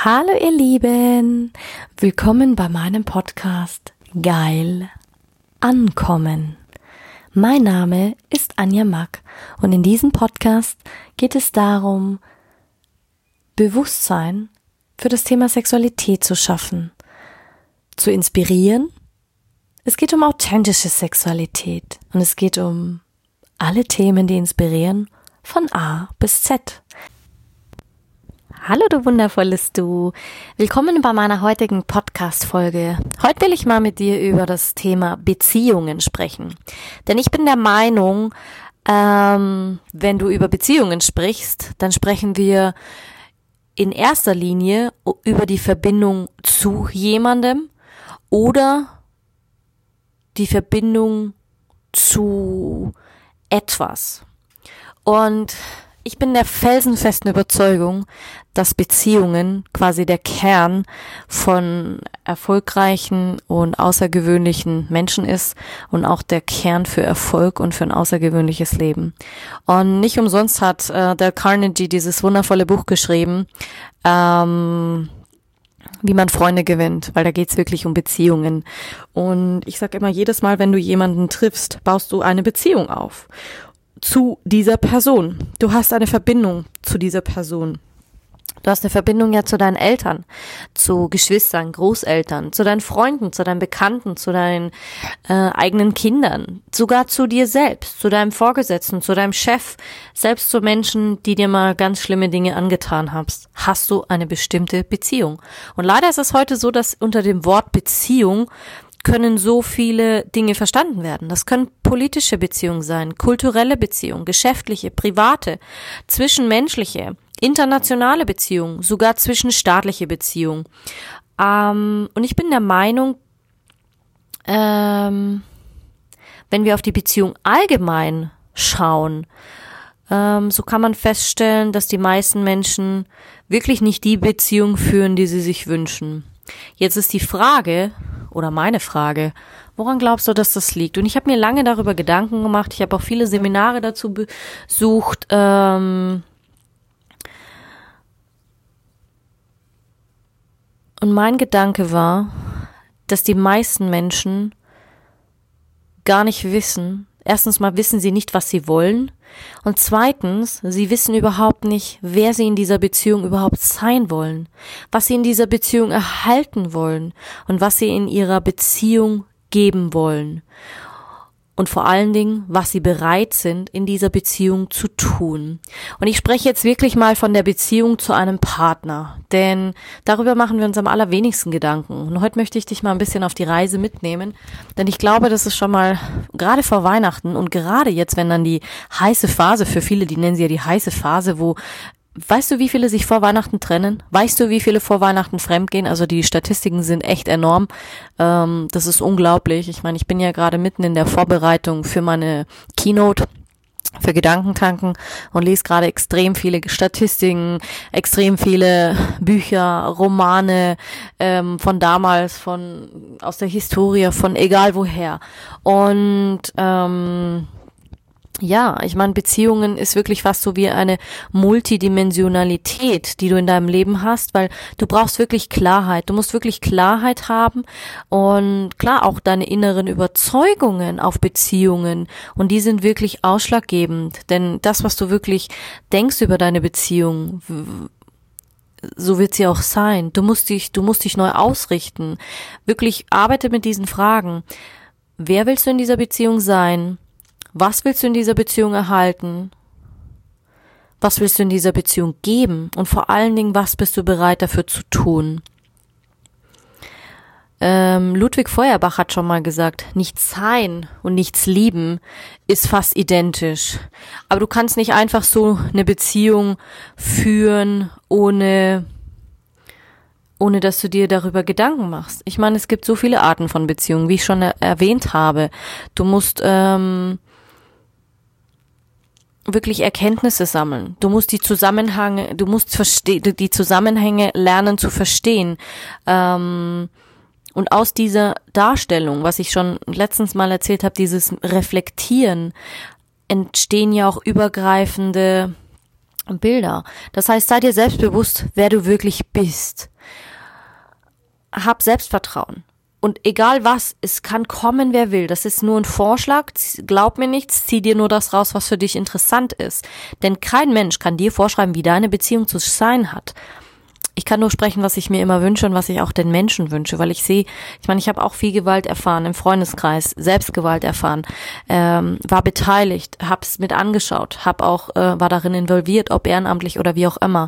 Hallo ihr Lieben, willkommen bei meinem Podcast Geil Ankommen. Mein Name ist Anja Mack und in diesem Podcast geht es darum, Bewusstsein für das Thema Sexualität zu schaffen, zu inspirieren. Es geht um authentische Sexualität und es geht um alle Themen, die inspirieren, von A bis Z. Hallo du wundervolles Du, willkommen bei meiner heutigen Podcast-Folge. Heute will ich mal mit dir über das Thema Beziehungen sprechen. Denn ich bin der Meinung, wenn du über Beziehungen sprichst, dann sprechen wir in erster Linie über die Verbindung zu jemandem oder die Verbindung zu etwas. Und ich bin der felsenfesten Überzeugung, dass Beziehungen quasi der Kern von erfolgreichen und außergewöhnlichen Menschen ist und auch der Kern für Erfolg und für ein außergewöhnliches Leben. Und nicht umsonst hat Dale Carnegie dieses wundervolle Buch geschrieben, wie man Freunde gewinnt, weil da geht's wirklich um Beziehungen. Und ich sage immer, jedes Mal, wenn du jemanden triffst, baust du eine Beziehung auf zu dieser Person. Du hast eine Verbindung zu dieser Person. Du hast eine Verbindung ja zu deinen Eltern, zu Geschwistern, Großeltern, zu deinen Freunden, zu deinen Bekannten, zu deinen eigenen Kindern, sogar zu dir selbst, zu deinem Vorgesetzten, zu deinem Chef, selbst zu Menschen, die dir mal ganz schlimme Dinge angetan hast du eine bestimmte Beziehung. Und leider ist es heute so, dass unter dem Wort Beziehung können so viele Dinge verstanden werden. Das können politische Beziehungen sein, kulturelle Beziehungen, geschäftliche, private, zwischenmenschliche, internationale Beziehungen, sogar zwischenstaatliche Beziehungen. Und ich bin der Meinung, wenn wir auf die Beziehung allgemein schauen, so kann man feststellen, dass die meisten Menschen wirklich nicht die Beziehung führen, die sie sich wünschen. Jetzt ist die Frage, oder meine Frage, woran glaubst du, dass das liegt? Und ich habe mir lange darüber Gedanken gemacht, ich habe auch viele Seminare dazu besucht, und mein Gedanke war, dass die meisten Menschen gar nicht wissen, erstens mal wissen sie nicht, was sie wollen, und zweitens, sie wissen überhaupt nicht, wer sie in dieser Beziehung überhaupt sein wollen, was sie in dieser Beziehung erhalten wollen und was sie in ihrer Beziehung geben wollen. Und vor allen Dingen, was sie bereit sind, in dieser Beziehung zu tun. Und ich spreche jetzt wirklich mal von der Beziehung zu einem Partner, denn darüber machen wir uns am allerwenigsten Gedanken. Und heute möchte ich dich mal ein bisschen auf die Reise mitnehmen, denn ich glaube, das ist schon mal, gerade vor Weihnachten und gerade jetzt, wenn dann die heiße Phase, für viele, die nennen sie ja die heiße Phase, wo weißt du, wie viele sich vor Weihnachten trennen? Weißt du, wie viele vor Weihnachten fremdgehen? Also die Statistiken sind echt enorm. Das ist unglaublich. Ich meine, ich bin ja gerade mitten in der Vorbereitung für meine Keynote für Gedankentanken und lese gerade extrem viele Statistiken, extrem viele Bücher, Romane von damals, aus der Historie, von egal woher. Und ja, ich meine, Beziehungen ist wirklich fast so wie eine Multidimensionalität, die du in deinem Leben hast, weil du brauchst wirklich Klarheit. Du musst wirklich Klarheit haben und klar auch deine inneren Überzeugungen auf Beziehungen, und die sind wirklich ausschlaggebend, denn das, was du wirklich denkst über deine Beziehung, so wird sie auch sein. Du musst dich neu ausrichten. Wirklich arbeite mit diesen Fragen. Wer willst du in dieser Beziehung sein? Was willst du in dieser Beziehung erhalten? Was willst du in dieser Beziehung geben? Und vor allen Dingen, was bist du bereit dafür zu tun? Ludwig Feuerbach hat schon mal gesagt, nichts sein und nichts lieben ist fast identisch. Aber du kannst nicht einfach so eine Beziehung führen, ohne dass du dir darüber Gedanken machst. Ich meine, es gibt so viele Arten von Beziehungen, wie ich schon erwähnt habe. Du musst wirklich Erkenntnisse sammeln. Du musst die Zusammenhänge lernen zu verstehen. Und aus dieser Darstellung, was ich schon letztens mal erzählt habe, dieses Reflektieren, entstehen ja auch übergreifende Bilder. Das heißt, sei dir selbst bewusst, wer du wirklich bist. hab Selbstvertrauen. Und egal was, es kann kommen, wer will. Das ist nur ein Vorschlag. Glaub mir nichts, zieh dir nur das raus, was für dich interessant ist. Denn kein Mensch kann dir vorschreiben, wie deine Beziehung zu sein hat. Ich kann nur sprechen, was ich mir immer wünsche und was ich auch den Menschen wünsche, weil ich habe auch viel Gewalt erfahren im Freundeskreis, Selbstgewalt erfahren, war beteiligt, hab's mit angeschaut, war darin involviert, ob ehrenamtlich oder wie auch immer.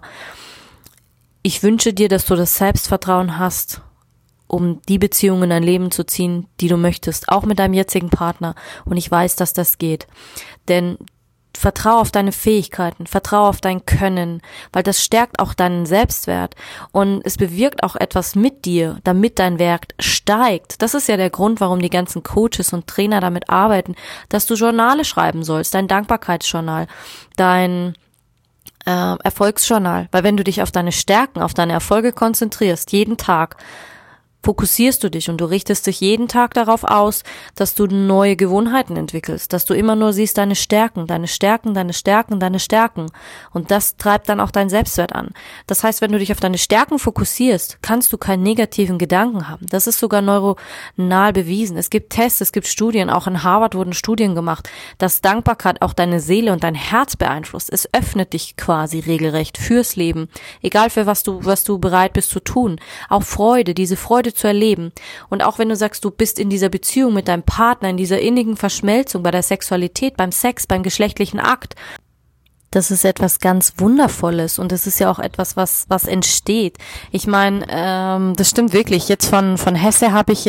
Ich wünsche dir, dass du das Selbstvertrauen hast, um die Beziehungen in dein Leben zu ziehen, die du möchtest, auch mit deinem jetzigen Partner. Und ich weiß, dass das geht. Denn vertrau auf deine Fähigkeiten, vertrau auf dein Können, weil das stärkt auch deinen Selbstwert und es bewirkt auch etwas mit dir, damit dein Wert steigt. Das ist ja der Grund, warum die ganzen Coaches und Trainer damit arbeiten, dass du Journale schreiben sollst, dein Dankbarkeitsjournal, dein Erfolgsjournal, weil wenn du dich auf deine Stärken, auf deine Erfolge konzentrierst, jeden Tag, fokussierst du dich und du richtest dich jeden Tag darauf aus, dass du neue Gewohnheiten entwickelst, dass du immer nur siehst deine Stärken, deine Stärken, deine Stärken, deine Stärken. Und das treibt dann auch deinen Selbstwert an. Das heißt, wenn du dich auf deine Stärken fokussierst, kannst du keinen negativen Gedanken haben. Das ist sogar neuronal bewiesen. Es gibt Tests, es gibt Studien, auch in Harvard wurden Studien gemacht, dass Dankbarkeit auch deine Seele und dein Herz beeinflusst. Es öffnet dich quasi regelrecht fürs Leben, egal für was du bereit bist zu tun. Auch Freude, diese Freude zu erleben. Und auch wenn du sagst, du bist in dieser Beziehung mit deinem Partner, in dieser innigen Verschmelzung, bei der Sexualität, beim Sex, beim geschlechtlichen Akt, das ist etwas ganz Wundervolles und das ist ja auch etwas, was entsteht. Ich meine, das stimmt wirklich. Jetzt von Hesse habe ich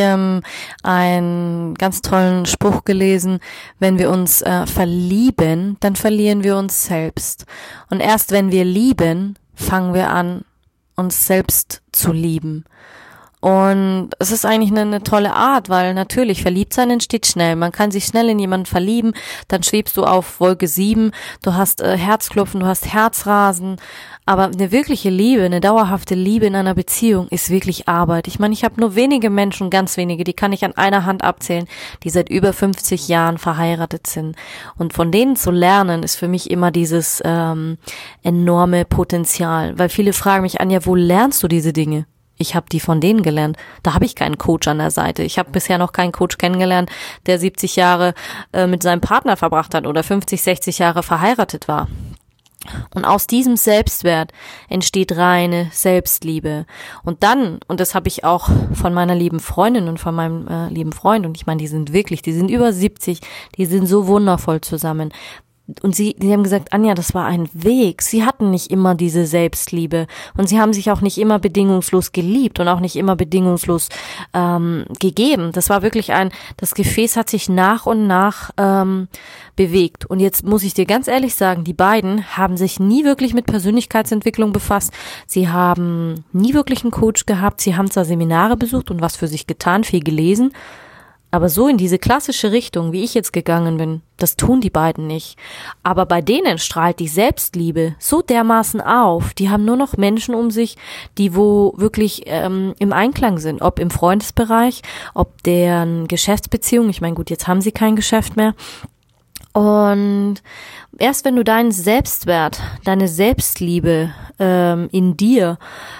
einen ganz tollen Spruch gelesen: Wenn wir uns verlieben, dann verlieren wir uns selbst. Und erst wenn wir lieben, fangen wir an, uns selbst zu lieben. Und es ist eigentlich eine tolle Art, weil natürlich Verliebtsein entsteht schnell. Man kann sich schnell in jemanden verlieben, dann schwebst du auf Wolke 7, du hast Herzklopfen, du hast Herzrasen. Aber eine wirkliche Liebe, eine dauerhafte Liebe in einer Beziehung ist wirklich Arbeit. Ich meine, ich habe nur wenige Menschen, ganz wenige, die kann ich an einer Hand abzählen, die seit über 50 Jahren verheiratet sind. Und von denen zu lernen, ist für mich immer dieses enorme Potenzial. Weil viele fragen mich, Anja, wo lernst du diese Dinge? Ich habe die von denen gelernt. Da habe ich keinen Coach an der Seite. Ich habe bisher noch keinen Coach kennengelernt, der 70 Jahre mit seinem Partner verbracht hat oder 50, 60 Jahre verheiratet war. Und aus diesem Selbstwert entsteht reine Selbstliebe. Und dann, und das habe ich auch von meiner lieben Freundin und von meinem lieben Freund, und ich meine, die sind über 70, die sind so wundervoll zusammen. Und die haben gesagt, Anja, das war ein Weg. Sie hatten nicht immer diese Selbstliebe und sie haben sich auch nicht immer bedingungslos geliebt und auch nicht immer bedingungslos gegeben. Das war wirklich das Gefäß hat sich nach und nach bewegt. Und jetzt muss ich dir ganz ehrlich sagen, die beiden haben sich nie wirklich mit Persönlichkeitsentwicklung befasst. Sie haben nie wirklich einen Coach gehabt. Sie haben zwar Seminare besucht und was für sich getan, viel gelesen, aber so in diese klassische Richtung, wie ich jetzt gegangen bin, das tun die beiden nicht. Aber bei denen strahlt die Selbstliebe so dermaßen auf. Die haben nur noch Menschen um sich, die wo wirklich im Einklang sind. Ob im Freundesbereich, ob deren Geschäftsbeziehung. Ich meine, gut, jetzt haben sie kein Geschäft mehr. Und erst wenn du deinen Selbstwert, deine Selbstliebe in dir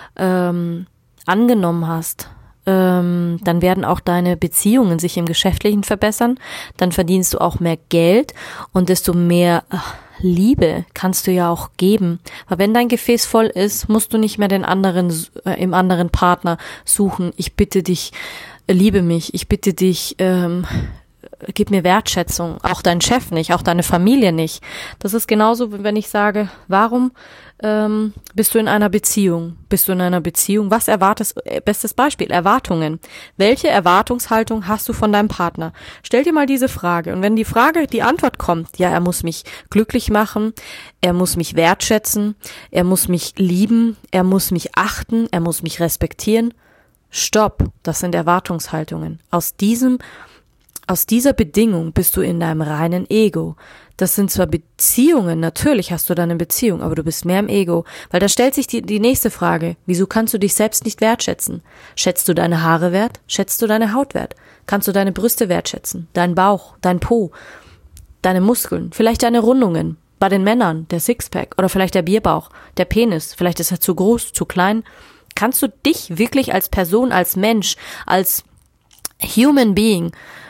angenommen hast, dann werden auch deine Beziehungen sich im Geschäftlichen verbessern, dann verdienst du auch mehr Geld und desto mehr Liebe kannst du ja auch geben. Weil wenn dein Gefäß voll ist, musst du nicht mehr den anderen im anderen Partner suchen. Ich bitte dich, liebe mich, ich bitte dich, gib mir Wertschätzung, auch dein Chef nicht, auch deine Familie nicht. Das ist genauso, wenn ich sage, warum bist du in einer Beziehung? Bist du in einer Beziehung? Was erwartest, bestes Beispiel, Erwartungen. Welche Erwartungshaltung hast du von deinem Partner? Stell dir mal diese Frage. Und wenn die Antwort kommt, ja, er muss mich glücklich machen, er muss mich wertschätzen, er muss mich lieben, er muss mich achten, er muss mich respektieren. Stopp, das sind Erwartungshaltungen. Aus dieser Bedingung bist du in deinem reinen Ego. Das sind zwar Beziehungen, natürlich hast du dann eine Beziehung, aber du bist mehr im Ego. Weil da stellt sich die nächste Frage, wieso kannst du dich selbst nicht wertschätzen? Schätzt du deine Haare wert? Schätzt du deine Haut wert? Kannst du deine Brüste wertschätzen? Deinen Bauch, dein Po, deine Muskeln, vielleicht deine Rundungen? Bei den Männern, der Sixpack oder vielleicht der Bierbauch, der Penis, vielleicht ist er zu groß, zu klein. Kannst du dich wirklich als Person, als Mensch, als Human Being,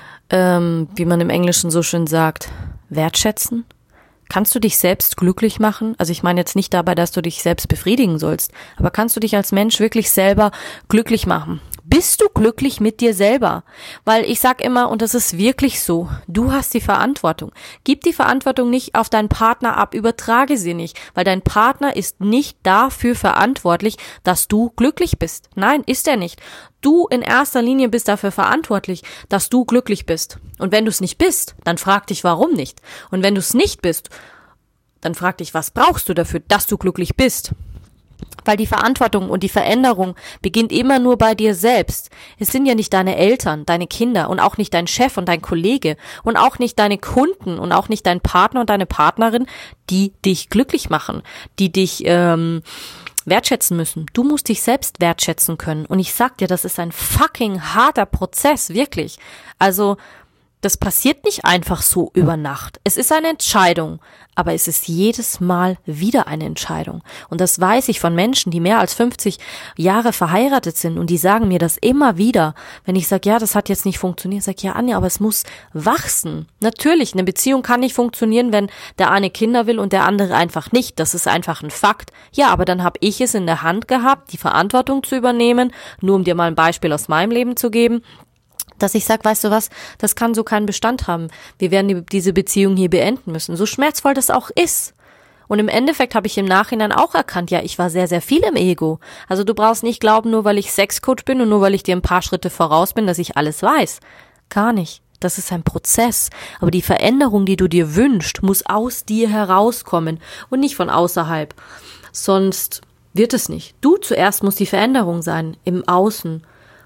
wie man im Englischen so schön sagt, wertschätzen? Kannst du dich selbst glücklich machen? Also ich meine jetzt nicht dabei, dass du dich selbst befriedigen sollst, aber kannst du dich als Mensch wirklich selber glücklich machen? Bist du glücklich mit dir selber? Weil ich sag immer, und das ist wirklich so, du hast die Verantwortung. Gib die Verantwortung nicht auf deinen Partner ab, übertrage sie nicht, weil dein Partner ist nicht dafür verantwortlich, dass du glücklich bist. Nein, ist er nicht. Du in erster Linie bist dafür verantwortlich, dass du glücklich bist. Und wenn du es nicht bist, dann frag dich, warum nicht. Und wenn du es nicht bist, dann frag dich, was brauchst du dafür, dass du glücklich bist? Weil die Verantwortung und die Veränderung beginnt immer nur bei dir selbst. Es sind ja nicht deine Eltern, deine Kinder und auch nicht dein Chef und dein Kollege und auch nicht deine Kunden und auch nicht dein Partner und deine Partnerin, die dich glücklich machen, die dich wertschätzen müssen. Du musst dich selbst wertschätzen können. Und ich sag dir, das ist ein fucking harter Prozess, wirklich. Also das passiert nicht einfach so über Nacht. Es ist eine Entscheidung, aber es ist jedes Mal wieder eine Entscheidung. Und das weiß ich von Menschen, die mehr als 50 Jahre verheiratet sind und die sagen mir das immer wieder. Wenn ich sage, ja, das hat jetzt nicht funktioniert, sage ich, ja, Anja, aber es muss wachsen. Natürlich, eine Beziehung kann nicht funktionieren, wenn der eine Kinder will und der andere einfach nicht. Das ist einfach ein Fakt. Ja, aber dann habe ich es in der Hand gehabt, die Verantwortung zu übernehmen, nur um dir mal ein Beispiel aus meinem Leben zu geben, dass ich sage, weißt du was, das kann so keinen Bestand haben. Wir werden diese Beziehung hier beenden müssen, so schmerzvoll das auch ist. Und im Endeffekt habe ich im Nachhinein auch erkannt, ja, ich war sehr, sehr viel im Ego. Also du brauchst nicht glauben, nur weil ich Sexcoach bin und nur weil ich dir ein paar Schritte voraus bin, dass ich alles weiß. Gar nicht. Das ist ein Prozess. Aber die Veränderung, die du dir wünschst, muss aus dir herauskommen und nicht von außerhalb. Sonst wird es nicht. Du zuerst musst die Veränderung sein, im Außen.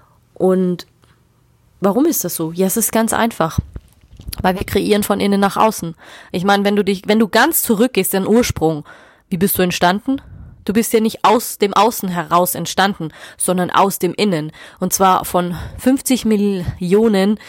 Und warum ist das so? Ja, es ist ganz einfach. Weil wir kreieren von innen nach außen. Ich meine, wenn du ganz zurückgehst in den Ursprung, wie bist du entstanden? Du bist ja nicht aus dem Außen heraus entstanden, sondern aus dem Innen. Und zwar von 50 Millionen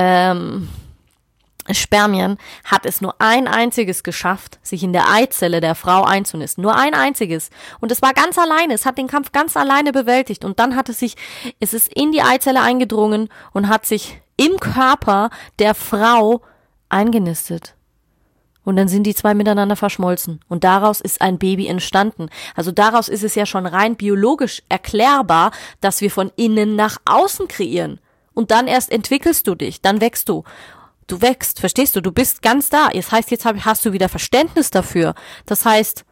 Spermien hat es nur ein einziges geschafft, sich in der Eizelle der Frau einzunisten. Nur ein einziges. Und es war ganz alleine. Es hat den Kampf ganz alleine bewältigt. Und dann es ist in die Eizelle eingedrungen und hat sich im Körper der Frau eingenistet. Und dann sind die zwei miteinander verschmolzen. Und daraus ist ein Baby entstanden. Also daraus ist es ja schon rein biologisch erklärbar, dass wir von innen nach außen kreieren. Und dann erst entwickelst du dich, dann wächst du. Du wächst, verstehst du? Du bist ganz da. Das heißt, jetzt hast du wieder Verständnis dafür. Das heißt,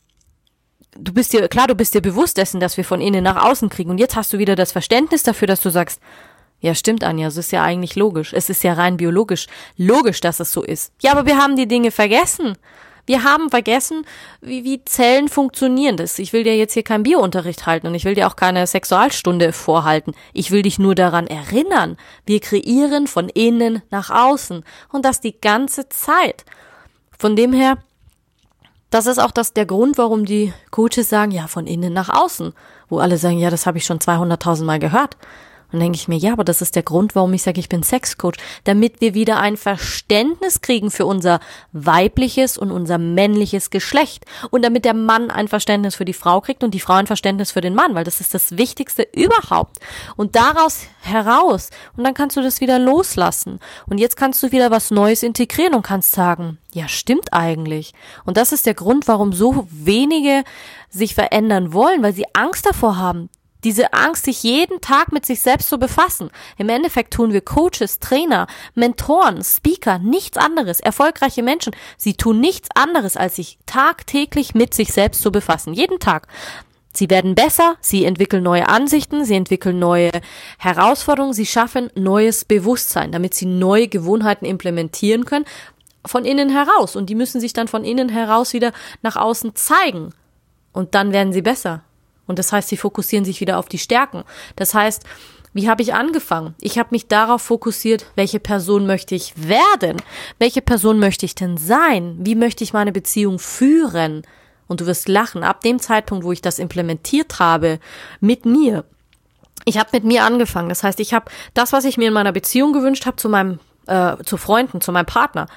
du bist dir bewusst dessen, dass wir von innen nach außen kriegen. Und jetzt hast du wieder das Verständnis dafür, dass du sagst, ja, stimmt, Anja, das ist ja eigentlich logisch. Es ist ja rein biologisch. Logisch, dass es so ist. Ja, aber wir haben die Dinge vergessen. Wir haben vergessen, wie Zellen funktionieren. Ich will dir jetzt hier keinen Biounterricht halten und ich will dir auch keine Sexualstunde vorhalten. Ich will dich nur daran erinnern. Wir kreieren von innen nach außen und das die ganze Zeit. Von dem her, das ist auch der Grund, warum die Coaches sagen, ja, von innen nach außen. Wo alle sagen, ja, das habe ich schon 200.000 Mal gehört. Und denke ich mir, ja, aber das ist der Grund, warum ich sage, ich bin Sexcoach, damit wir wieder ein Verständnis kriegen für unser weibliches und unser männliches Geschlecht und damit der Mann ein Verständnis für die Frau kriegt und die Frau ein Verständnis für den Mann, weil das ist das Wichtigste überhaupt. Und daraus heraus, und dann kannst du das wieder loslassen und jetzt kannst du wieder was Neues integrieren und kannst sagen, ja, stimmt eigentlich. Und das ist der Grund, warum so wenige sich verändern wollen, weil sie Angst davor haben. Diese Angst, sich jeden Tag mit sich selbst zu befassen. Im Endeffekt tun wir Coaches, Trainer, Mentoren, Speaker, nichts anderes, erfolgreiche Menschen. Sie tun nichts anderes, als sich tagtäglich mit sich selbst zu befassen. Jeden Tag. Sie werden besser, sie entwickeln neue Ansichten, sie entwickeln neue Herausforderungen, sie schaffen neues Bewusstsein, damit sie neue Gewohnheiten implementieren können, von innen heraus. Und die müssen sich dann von innen heraus wieder nach außen zeigen. Und dann werden sie besser. Und das heißt, sie fokussieren sich wieder auf die Stärken. Das heißt, wie habe ich angefangen? Ich habe mich darauf fokussiert, welche Person möchte ich werden? Welche Person möchte ich denn sein? Wie möchte ich meine Beziehung führen? Und du wirst lachen, ab dem Zeitpunkt, wo ich das implementiert habe, mit mir. Ich habe mit mir angefangen. Das heißt, ich habe das, was ich mir in meiner Beziehung gewünscht habe, zu Freunden, zu meinem Partner,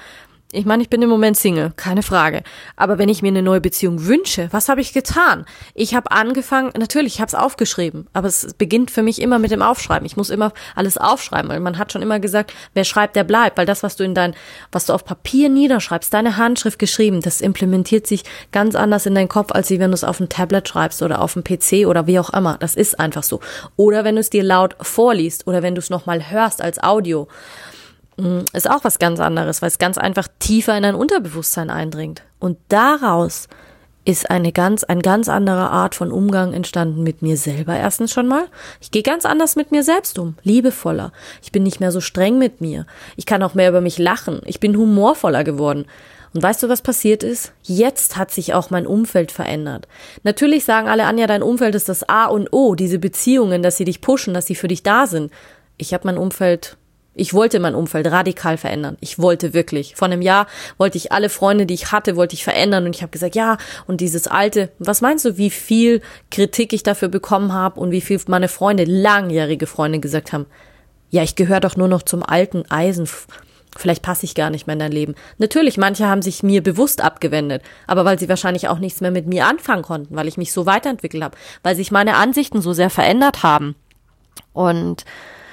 Ich meine, ich bin im Moment Single, keine Frage. Aber wenn ich mir eine neue Beziehung wünsche, was habe ich getan? Ich habe angefangen, natürlich, ich habe es aufgeschrieben, aber es beginnt für mich immer mit dem Aufschreiben. Ich muss immer alles aufschreiben, weil man hat schon immer gesagt, wer schreibt, der bleibt, weil das, was du auf Papier niederschreibst, deine Handschrift geschrieben, das implementiert sich ganz anders in deinen Kopf, als wenn du es auf ein Tablet schreibst oder auf dem PC oder wie auch immer. Das ist einfach so. Oder wenn du es dir laut vorliest oder wenn du es nochmal hörst als Audio. Ist auch was ganz anderes, weil es ganz einfach tiefer in dein Unterbewusstsein eindringt. Und daraus ist eine ganz andere Art von Umgang entstanden mit mir selber. Erstens schon mal, ich gehe ganz anders mit mir selbst um, liebevoller. Ich bin nicht mehr so streng mit mir. Ich kann auch mehr über mich lachen. Ich bin humorvoller geworden. Und weißt du, was passiert ist? Jetzt hat sich auch mein Umfeld verändert. Natürlich sagen alle, Anja, dein Umfeld ist das A und O, diese Beziehungen, dass sie dich pushen, dass sie für dich da sind. Ich wollte mein Umfeld radikal verändern. Ich wollte wirklich. Vor einem Jahr wollte ich alle Freunde, die ich hatte, verändern. Und ich habe gesagt, ja, und dieses alte, was meinst du, wie viel Kritik ich dafür bekommen habe und wie viel meine Freunde, langjährige Freunde gesagt haben, ja, ich gehöre doch nur noch zum alten Eisen. Vielleicht passe ich gar nicht mehr in dein Leben. Natürlich, manche haben sich mir bewusst abgewendet, aber weil sie wahrscheinlich auch nichts mehr mit mir anfangen konnten, weil ich mich so weiterentwickelt habe, weil sich meine Ansichten so sehr verändert haben. Und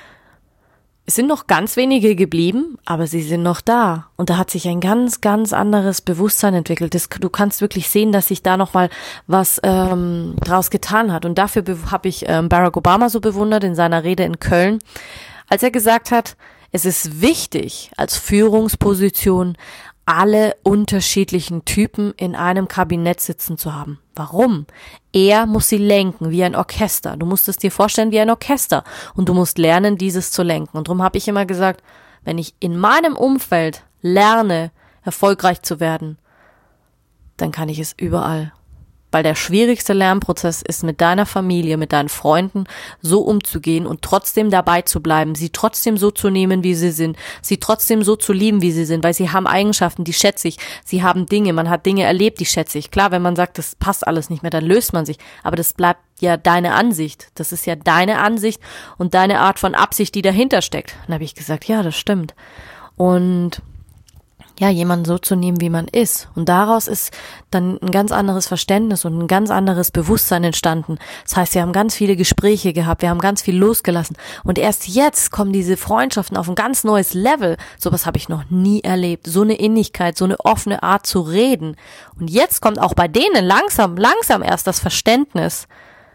es sind noch ganz wenige geblieben, aber sie sind noch da. Und da hat sich ein ganz anderes Bewusstsein entwickelt. Du kannst wirklich sehen, dass sich da nochmal was draus getan hat. Und dafür habe ich Barack Obama so bewundert in seiner Rede in Köln, als er gesagt hat, es ist wichtig, als Führungsposition alle unterschiedlichen Typen in einem Kabinett sitzen zu haben. Warum? Er muss sie lenken, wie ein Orchester. Du musst es dir vorstellen wie ein Orchester und du musst lernen, dieses zu lenken. Und darum habe ich immer gesagt, wenn ich in meinem Umfeld lerne, erfolgreich zu werden, dann kann ich es überall. Weil der schwierigste Lernprozess ist, mit deiner Familie, mit deinen Freunden so umzugehen und trotzdem dabei zu bleiben, sie trotzdem so zu nehmen, wie sie sind, sie trotzdem so zu lieben, wie sie sind, weil sie haben Eigenschaften, die schätze ich, sie haben Dinge, man hat Dinge erlebt, die schätze ich. Klar, wenn man sagt, das passt alles nicht mehr, dann löst man sich, aber das bleibt ja deine Ansicht, das ist ja deine Ansicht und deine Art von Absicht, die dahinter steckt. Dann habe ich gesagt, ja, das stimmt. Und ja, jemanden so zu nehmen, wie man ist. Und daraus ist dann ein ganz anderes Verständnis und ein ganz anderes Bewusstsein entstanden. Das heißt, wir haben ganz viele Gespräche gehabt, wir haben ganz viel losgelassen. Und erst jetzt kommen diese Freundschaften auf ein ganz neues Level. Sowas habe ich noch nie erlebt. So eine Innigkeit, so eine offene Art zu reden. Und jetzt kommt auch bei denen langsam erst das Verständnis,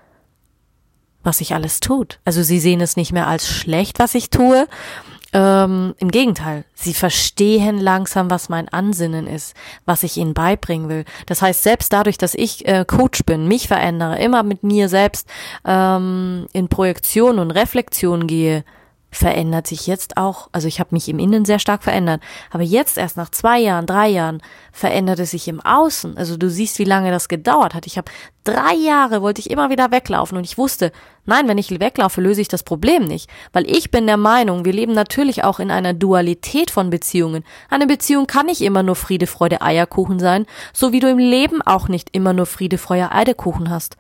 was sich alles tut. Also sie sehen es nicht mehr als schlecht, was ich tue. Im Gegenteil, sie verstehen langsam, was mein Ansinnen ist, was ich ihnen beibringen will. Das heißt, selbst dadurch, dass ich Coach bin, mich verändere, immer mit mir selbst in Projektion und Reflexion gehe, verändert sich jetzt auch, also ich habe mich im Innen sehr stark verändert, aber jetzt erst nach 2 Jahren, 3 Jahren verändert es sich im Außen. Also du siehst, wie lange das gedauert hat. Ich habe 3 Jahre, wollte ich immer wieder weglaufen und ich wusste, nein, wenn ich weglaufe, löse ich das Problem nicht, weil ich bin der Meinung, wir leben natürlich auch in einer Dualität von Beziehungen. Eine Beziehung kann nicht immer nur Friede, Freude, Eierkuchen sein, so wie du im Leben auch nicht immer nur Friede, Freude, Eierkuchen hast.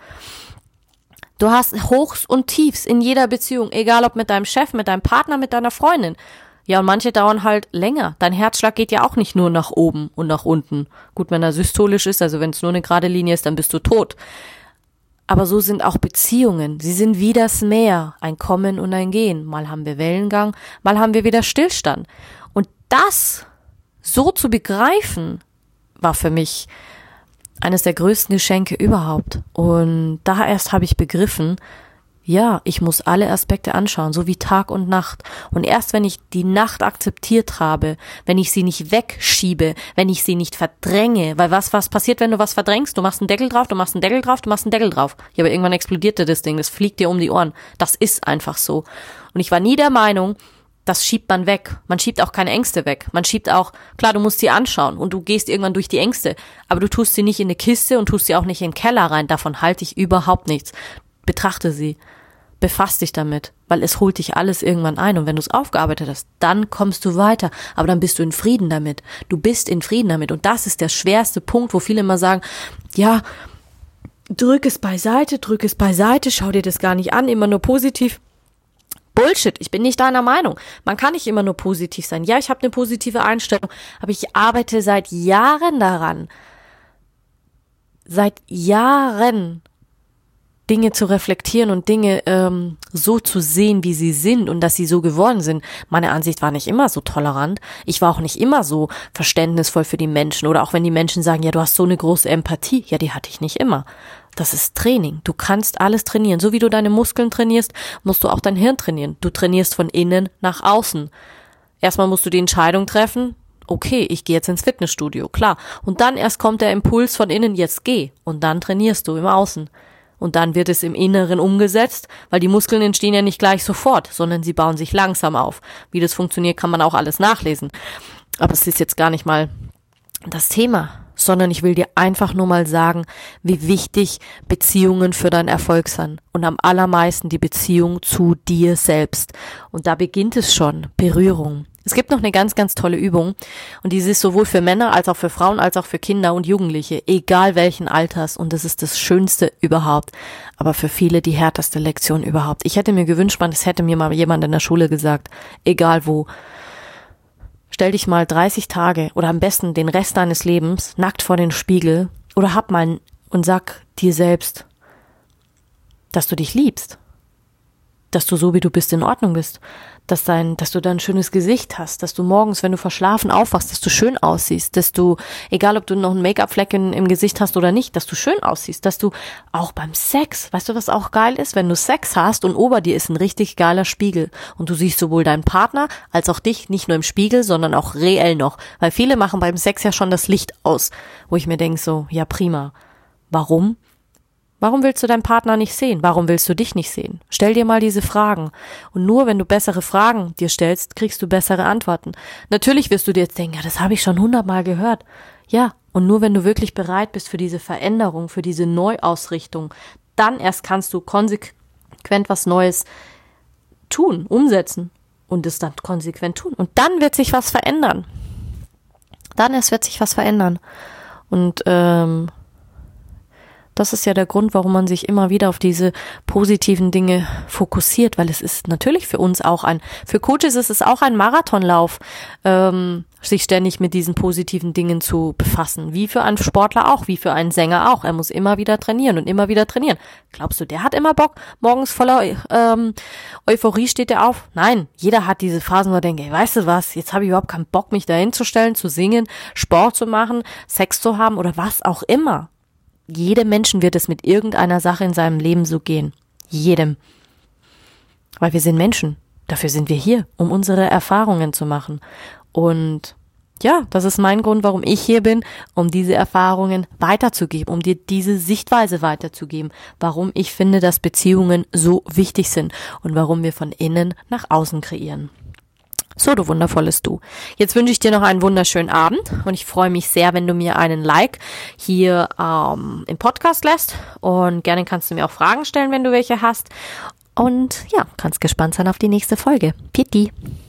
Du hast Hochs und Tiefs in jeder Beziehung, egal ob mit deinem Chef, mit deinem Partner, mit deiner Freundin. Ja, und manche dauern halt länger. Dein Herzschlag geht ja auch nicht nur nach oben und nach unten. Gut, wenn er systolisch ist, also wenn es nur eine gerade Linie ist, dann bist du tot. Aber so sind auch Beziehungen. Sie sind wie das Meer, ein Kommen und ein Gehen. Mal haben wir Wellengang, mal haben wir wieder Stillstand. Und das so zu begreifen, war für mich eines der größten Geschenke überhaupt. Und da erst habe ich begriffen, ja, ich muss alle Aspekte anschauen, so wie Tag und Nacht. Und erst wenn ich die Nacht akzeptiert habe, wenn ich sie nicht wegschiebe, wenn ich sie nicht verdränge, weil was passiert, wenn du was verdrängst? Du machst einen Deckel drauf, du machst einen Deckel drauf, du machst einen Deckel drauf. Ja, aber irgendwann explodiert dir das Ding, das fliegt dir um die Ohren. Das ist einfach so. Und ich war nie der Meinung, das schiebt man weg. Man schiebt auch keine Ängste weg. Man schiebt auch, klar, du musst sie anschauen und du gehst irgendwann durch die Ängste, aber du tust sie nicht in eine Kiste und tust sie auch nicht in den Keller rein. Davon halte ich überhaupt nichts. Betrachte sie. Befass dich damit, weil es holt dich alles irgendwann ein und wenn du es aufgearbeitet hast, dann kommst du weiter, aber dann bist du in Frieden damit. Du bist in Frieden damit und das ist der schwerste Punkt, wo viele immer sagen, ja, drück es beiseite, schau dir das gar nicht an, immer nur positiv. Bullshit, ich bin nicht deiner Meinung. Man kann nicht immer nur positiv sein. Ja, ich habe eine positive Einstellung, aber ich arbeite seit Jahren daran, Dinge zu reflektieren und Dinge so zu sehen, wie sie sind und dass sie so geworden sind. Meine Ansicht war nicht immer so tolerant. Ich war auch nicht immer so verständnisvoll für die Menschen. Oder auch wenn die Menschen sagen, ja, du hast so eine große Empathie. Ja, die hatte ich nicht immer. Das ist Training. Du kannst alles trainieren. So wie du deine Muskeln trainierst, musst du auch dein Hirn trainieren. Du trainierst von innen nach außen. Erstmal musst du die Entscheidung treffen, okay, ich gehe jetzt ins Fitnessstudio, klar. Und dann erst kommt der Impuls von innen, jetzt geh. Und dann trainierst du im Außen. Und dann wird es im Inneren umgesetzt, weil die Muskeln entstehen ja nicht gleich sofort, sondern sie bauen sich langsam auf. Wie das funktioniert, kann man auch alles nachlesen. Aber es ist jetzt gar nicht mal das Thema, sondern ich will dir einfach nur mal sagen, wie wichtig Beziehungen für deinen Erfolg sind. Und am allermeisten die Beziehung zu dir selbst. Und da beginnt es schon, Berührung. Es gibt noch eine ganz, ganz tolle Übung und die ist sowohl für Männer als auch für Frauen als auch für Kinder und Jugendliche, egal welchen Alters, und das ist das Schönste überhaupt, aber für viele die härteste Lektion überhaupt. Ich hätte mir gewünscht, das hätte mir mal jemand in der Schule gesagt, egal wo, stell dich mal 30 Tage oder am besten den Rest deines Lebens nackt vor den Spiegel oder hab mal und sag dir selbst, dass du dich liebst, dass du so wie du bist in Ordnung bist, dass du da ein schönes Gesicht hast, dass du morgens, wenn du verschlafen aufwachst, dass du schön aussiehst, dass du, egal ob du noch einen Make-up-Fleck im Gesicht hast oder nicht, dass du schön aussiehst, dass du auch beim Sex, weißt du, was auch geil ist, wenn du Sex hast und ober dir ist ein richtig geiler Spiegel und du siehst sowohl deinen Partner als auch dich nicht nur im Spiegel, sondern auch reell noch, weil viele machen beim Sex ja schon das Licht aus, wo ich mir denke so, ja prima, warum? Warum willst du deinen Partner nicht sehen? Warum willst du dich nicht sehen? Stell dir mal diese Fragen. Und nur wenn du bessere Fragen dir stellst, kriegst du bessere Antworten. Natürlich wirst du dir jetzt denken, ja, das habe ich schon 100-mal gehört. Ja, und nur wenn du wirklich bereit bist für diese Veränderung, für diese Neuausrichtung, dann erst kannst du konsequent was Neues tun, umsetzen und es dann konsequent tun. Und dann wird sich was verändern. Dann erst wird sich was verändern. Und das ist ja der Grund, warum man sich immer wieder auf diese positiven Dinge fokussiert, weil es ist natürlich für uns auch für Coaches ist es auch ein Marathonlauf, sich ständig mit diesen positiven Dingen zu befassen. Wie für einen Sportler auch, wie für einen Sänger auch. Er muss immer wieder trainieren und immer wieder trainieren. Glaubst du, der hat immer Bock? Morgens voller Euphorie steht er auf? Nein, jeder hat diese Phasen, wo er denkt, ey, weißt du was, jetzt habe ich überhaupt keinen Bock, mich da hinzustellen, zu singen, Sport zu machen, Sex zu haben oder was auch immer. Jedem Menschen wird es mit irgendeiner Sache in seinem Leben so gehen. Jedem. Weil wir sind Menschen. Dafür sind wir hier, um unsere Erfahrungen zu machen. Und ja, das ist mein Grund, warum ich hier bin, um diese Erfahrungen weiterzugeben, um dir diese Sichtweise weiterzugeben, warum ich finde, dass Beziehungen so wichtig sind und warum wir von innen nach außen kreieren. So, du wundervolles Du. Jetzt wünsche ich dir noch einen wunderschönen Abend und ich freue mich sehr, wenn du mir einen Like hier im Podcast lässt und gerne kannst du mir auch Fragen stellen, wenn du welche hast und ja, kannst gespannt sein auf die nächste Folge. Pitti.